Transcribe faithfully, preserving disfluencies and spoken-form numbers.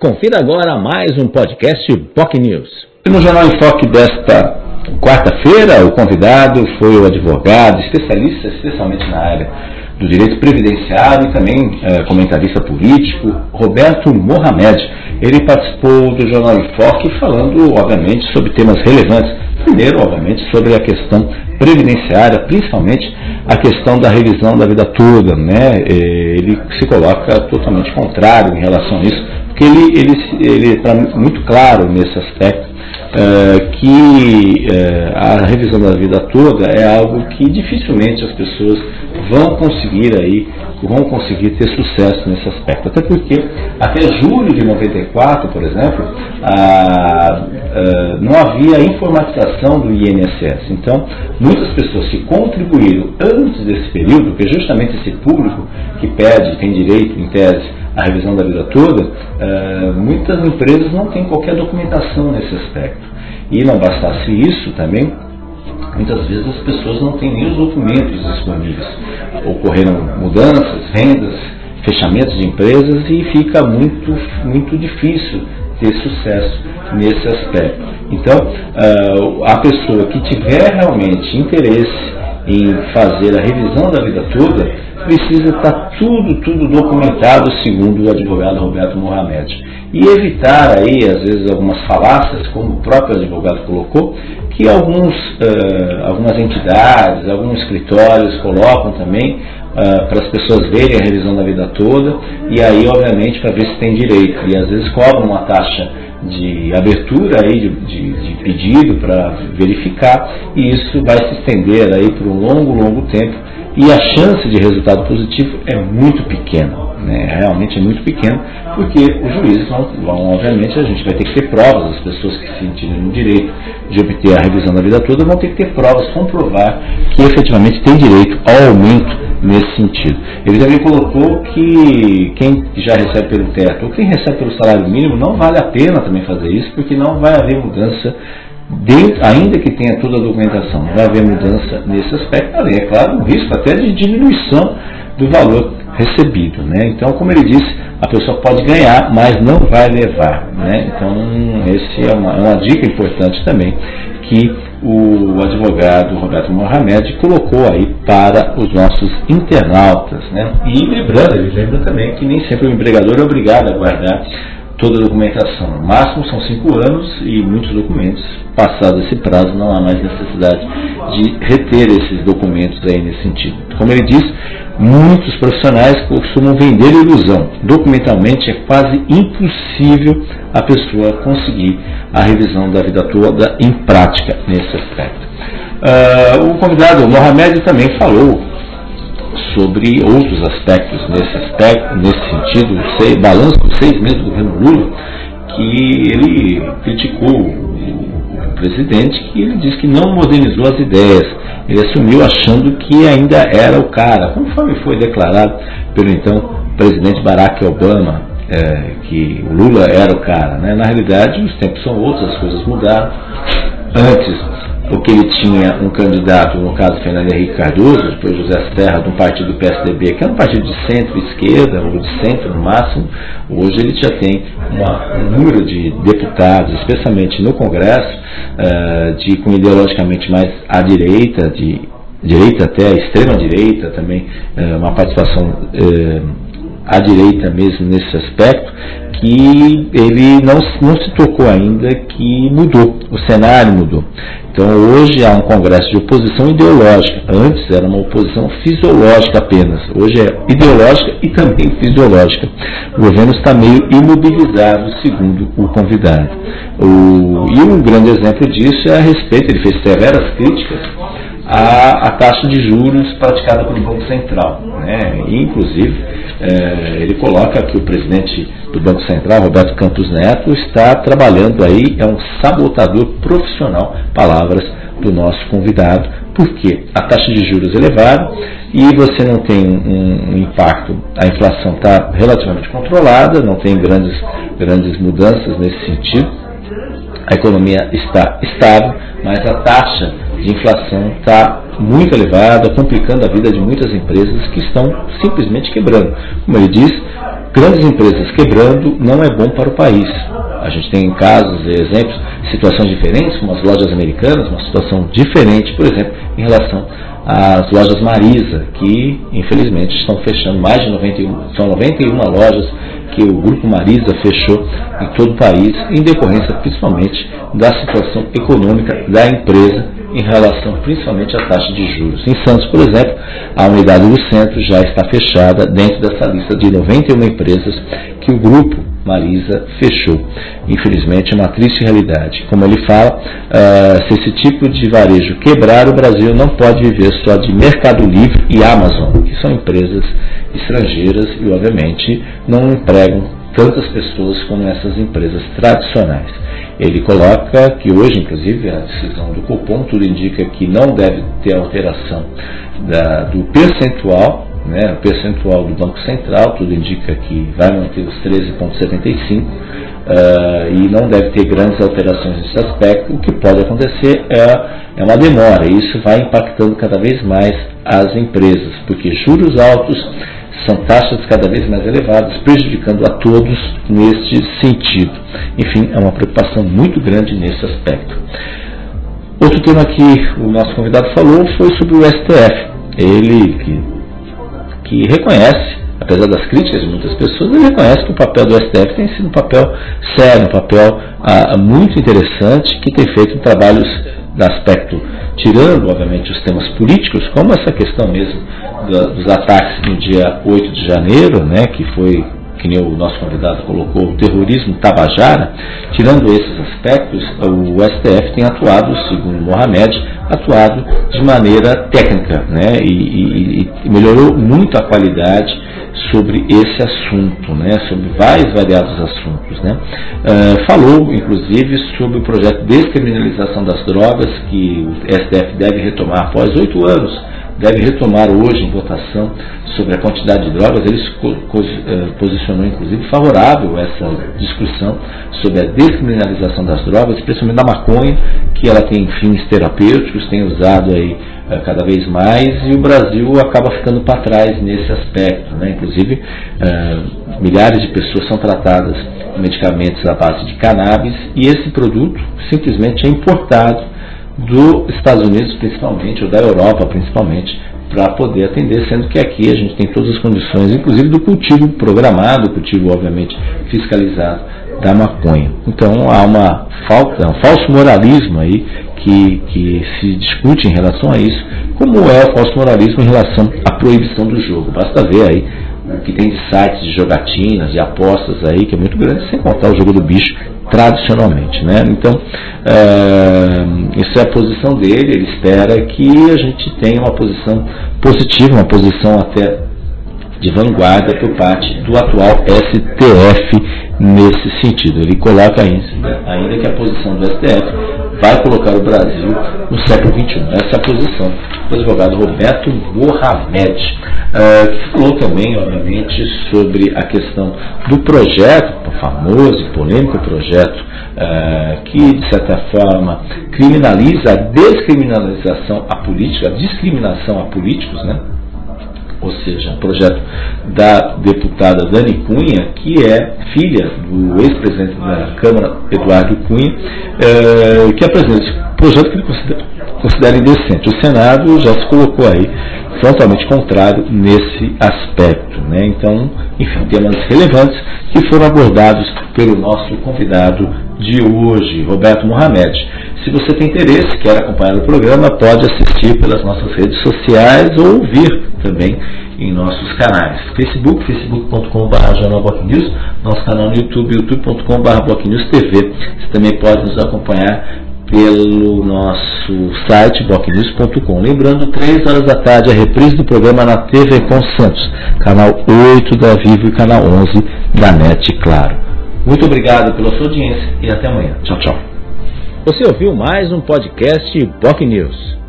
Confira agora mais um podcast P O C News. No Jornal em Foque desta quarta-feira, o convidado foi o advogado, especialista especialmente na área do direito previdenciário e também é, comentarista político, Roberto Mohamed. Ele participou do Jornal em Foque falando, obviamente, sobre temas relevantes. Primeiro, obviamente, sobre a questão previdenciária, principalmente a questão da revisão da vida toda, né? Ele se coloca totalmente contrário em relação a isso, porque ele, ele, ele está muito claro nesse aspecto, é, que é, a revisão da vida toda é algo que dificilmente as pessoas vão conseguir aí, vão conseguir ter sucesso nesse aspecto. Até porque, até julho de noventa e quatro, por exemplo, a, a, não havia informatização do I N S S. Então, muitas pessoas que contribuíram antes desse período, que é justamente esse público que pede, tem direito, em tese, à revisão da vida toda, uh, muitas empresas não têm qualquer documentação nesse aspecto. E não bastasse isso também, muitas vezes as pessoas não têm nem os documentos disponíveis. Ocorreram mudanças, vendas, fechamentos de empresas e fica muito, muito difícil ter sucesso nesse aspecto. Então, uh, a pessoa que tiver realmente interesse em fazer a revisão da vida toda, precisa estar tudo, tudo documentado, segundo o advogado Roberto Mohamed. E evitar aí, às vezes, algumas falácias, como o próprio advogado colocou, que alguns, uh, algumas entidades, alguns escritórios colocam também uh, para as pessoas verem a revisão da vida toda, e aí, obviamente, para ver se tem direito. E às vezes cobram uma taxa de abertura aí, de, de, de pedido para verificar, e isso vai se estender aí por um longo, longo tempo, e a chance de resultado positivo é muito pequena, né? Realmente é muito pequena, porque os juízes vão, vão, obviamente, a gente vai ter que ter provas, as pessoas que se sentirem no direito de obter a revisão da vida toda vão ter que ter provas, comprovar que efetivamente tem direito ao aumento nesse sentido. Ele também colocou que quem já recebe pelo teto ou quem recebe pelo salário mínimo não vale a pena também fazer isso, porque não vai haver mudança, dentro, ainda que tenha toda a documentação, não vai haver mudança nesse aspecto, além, é claro, um risco até de diminuição do valor recebido, né? Então, como ele disse, a pessoa pode ganhar, mas não vai levar, né? Então, esse é uma, é uma dica importante também que o advogado Roberto Mohamed colocou aí para os nossos internautas, né? E lembrando, ele lembra também que nem sempre o empregador é obrigado a guardar toda a documentação. No máximo são cinco anos e muitos documentos. Passado esse prazo, não há mais necessidade de reter esses documentos aí nesse sentido. Como ele diz, muitos profissionais costumam vender ilusão. Documentalmente é quase impossível a pessoa conseguir a revisão da vida toda em prática nesse aspecto. Uh, o convidado Mohamed também falou sobre outros aspectos nesse aspecto, nesse sentido, sei, balanço dos seis meses do governo Lula, que ele criticou o presidente, que ele disse que não modernizou as ideias, ele assumiu achando que ainda era o cara, conforme foi declarado pelo então presidente Barack Obama, é, que o Lula era o cara, né? Na realidade os tempos são outros, as coisas mudaram. Antes, o que ele tinha um candidato, no caso Fernando Henrique Cardoso, depois José Serra, de um partido do P S D B, que era um partido de centro-esquerda, ou de centro no máximo. Hoje ele já tem uma, um número de deputados, especialmente no Congresso, uh, de, com ideologicamente mais à direita, de direita até a extrema-direita também, uh, uma participação uh, à direita mesmo nesse aspecto, que ele não, não se tocou ainda que mudou, o cenário mudou. Então hoje há um congresso de oposição ideológica, antes era uma oposição fisiológica apenas, hoje é ideológica e também fisiológica. O governo está meio imobilizado, segundo o convidado. O, e um grande exemplo disso é a respeito, ele fez severas críticas à, à taxa de juros praticada pelo Banco Central, né? E, inclusive, é, ele coloca que o presidente do Banco Central, Roberto Campos Neto, está trabalhando aí, é um sabotador profissional, palavras do nosso convidado, porque a taxa de juros é elevada e você não tem um, um impacto, a inflação está relativamente controlada, não tem grandes, grandes mudanças nesse sentido. a economia está estável, mas a taxa de inflação está muito elevada, complicando a vida de muitas empresas que estão simplesmente quebrando. Como ele diz, grandes empresas quebrando não é bom para o país. A gente tem casos, exemplos, situações diferentes, como as lojas americanas, uma situação diferente, por exemplo, em relação às lojas Marisa, que infelizmente estão fechando mais de noventa e um, são noventa e uma lojas que o grupo Marisa fechou em todo o país, em decorrência principalmente da situação econômica da empresa em relação principalmente à taxa de juros. Em Santos, por exemplo, a unidade do centro já está fechada dentro dessa lista de noventa e uma empresas que o grupo Marisa fechou. Infelizmente é uma triste realidade. Como ele fala, uh, se esse tipo de varejo quebrar, o Brasil não pode viver só de Mercado Livre e Amazon, que são empresas estrangeiras e obviamente não empregam tantas pessoas como essas empresas tradicionais. Ele coloca que hoje, inclusive, a decisão do Copom, tudo indica que não deve ter alteração da, do percentual, né, o percentual do Banco Central, tudo indica que vai manter os treze vírgula setenta e cinco uh, e não deve ter grandes alterações nesse aspecto. O que pode acontecer é, é uma demora, e isso vai impactando cada vez mais as empresas, porque juros altos são taxas cada vez mais elevadas, prejudicando a todos neste sentido. Enfim, é uma preocupação muito grande nesse aspecto. Outro tema que o nosso convidado falou foi sobre o S T F. Ele que, que reconhece, apesar das críticas de muitas pessoas, ele reconhece que o papel do S T F tem sido um papel sério, um papel ah, muito interessante, que tem feito trabalhos de aspecto, tirando, obviamente, os temas políticos, como essa questão mesmo da, dos ataques no dia oito de janeiro, né, que foi, que nem o nosso convidado colocou, o terrorismo tabajara. Tirando esses aspectos, o S T F tem atuado, segundo Mohamed, atuado de maneira técnica, né, e, e, e melhorou muito a qualidade sobre esse assunto, né, sobre vários variados assuntos, né. Uh, falou, inclusive, sobre o projeto de descriminalização das drogas, que o S T F deve retomar após oito anos, deve retomar hoje em votação sobre a quantidade de drogas. Ele se posicionou, inclusive, favorável a essa discussão sobre a descriminalização das drogas, especialmente da maconha, que ela tem fins terapêuticos, tem usado aí cada vez mais, e o Brasil acaba ficando para trás nesse aspecto, né? Inclusive, uh, milhares de pessoas são tratadas com medicamentos à base de cannabis, e esse produto simplesmente é importado dos Estados Unidos principalmente, ou da Europa principalmente, para poder atender, sendo que aqui a gente tem todas as condições, inclusive do cultivo programado, cultivo obviamente fiscalizado da maconha. Então há uma falta, um falso moralismo aí que, que se discute em relação a isso, como é o falso moralismo em relação à proibição do jogo. Basta ver aí o que tem de sites de jogatinas, de apostas aí, que é muito grande, sem contar o jogo do bicho tradicionalmente, né? Então, é, isso é a posição dele. Ele espera que a gente tenha uma posição positiva, uma posição até de vanguarda por parte do atual S T F nesse sentido. Ele coloca ainda, ainda que a posição do S T F vai colocar o Brasil no século vinte e um. Essa é a posição do advogado Roberto Mohamed, uh, que falou também, obviamente, sobre a questão do projeto, o famoso e polêmico projeto, uh, que, de certa forma, criminaliza a descriminalização à política, a discriminação a políticos, né? Ou seja, o projeto da deputada Dani Cunha, que é filha do ex-presidente da Câmara, Eduardo Cunha, é, que apresenta esse projeto que ele considera, considera indecente. O Senado já se colocou aí frontalmente contrário nesse aspecto, né? Então, enfim, temas relevantes que foram abordados pelo nosso convidado de hoje, Roberto Mohamed. Se você tem interesse, quer acompanhar o programa, pode assistir pelas nossas redes sociais ou ouvir também em nossos canais. Facebook, facebook ponto com barra jornal Boc News, nosso canal no YouTube, youtube ponto com barra Boc News T V. Você também pode nos acompanhar pelo nosso site boc news ponto com. Lembrando, três horas da tarde, a reprise do programa na T V Com Santos, canal oito da Vivo e canal onze da NET, claro. Muito obrigado pela sua audiência e até amanhã. Tchau, tchau. Você ouviu mais um podcast Boc News.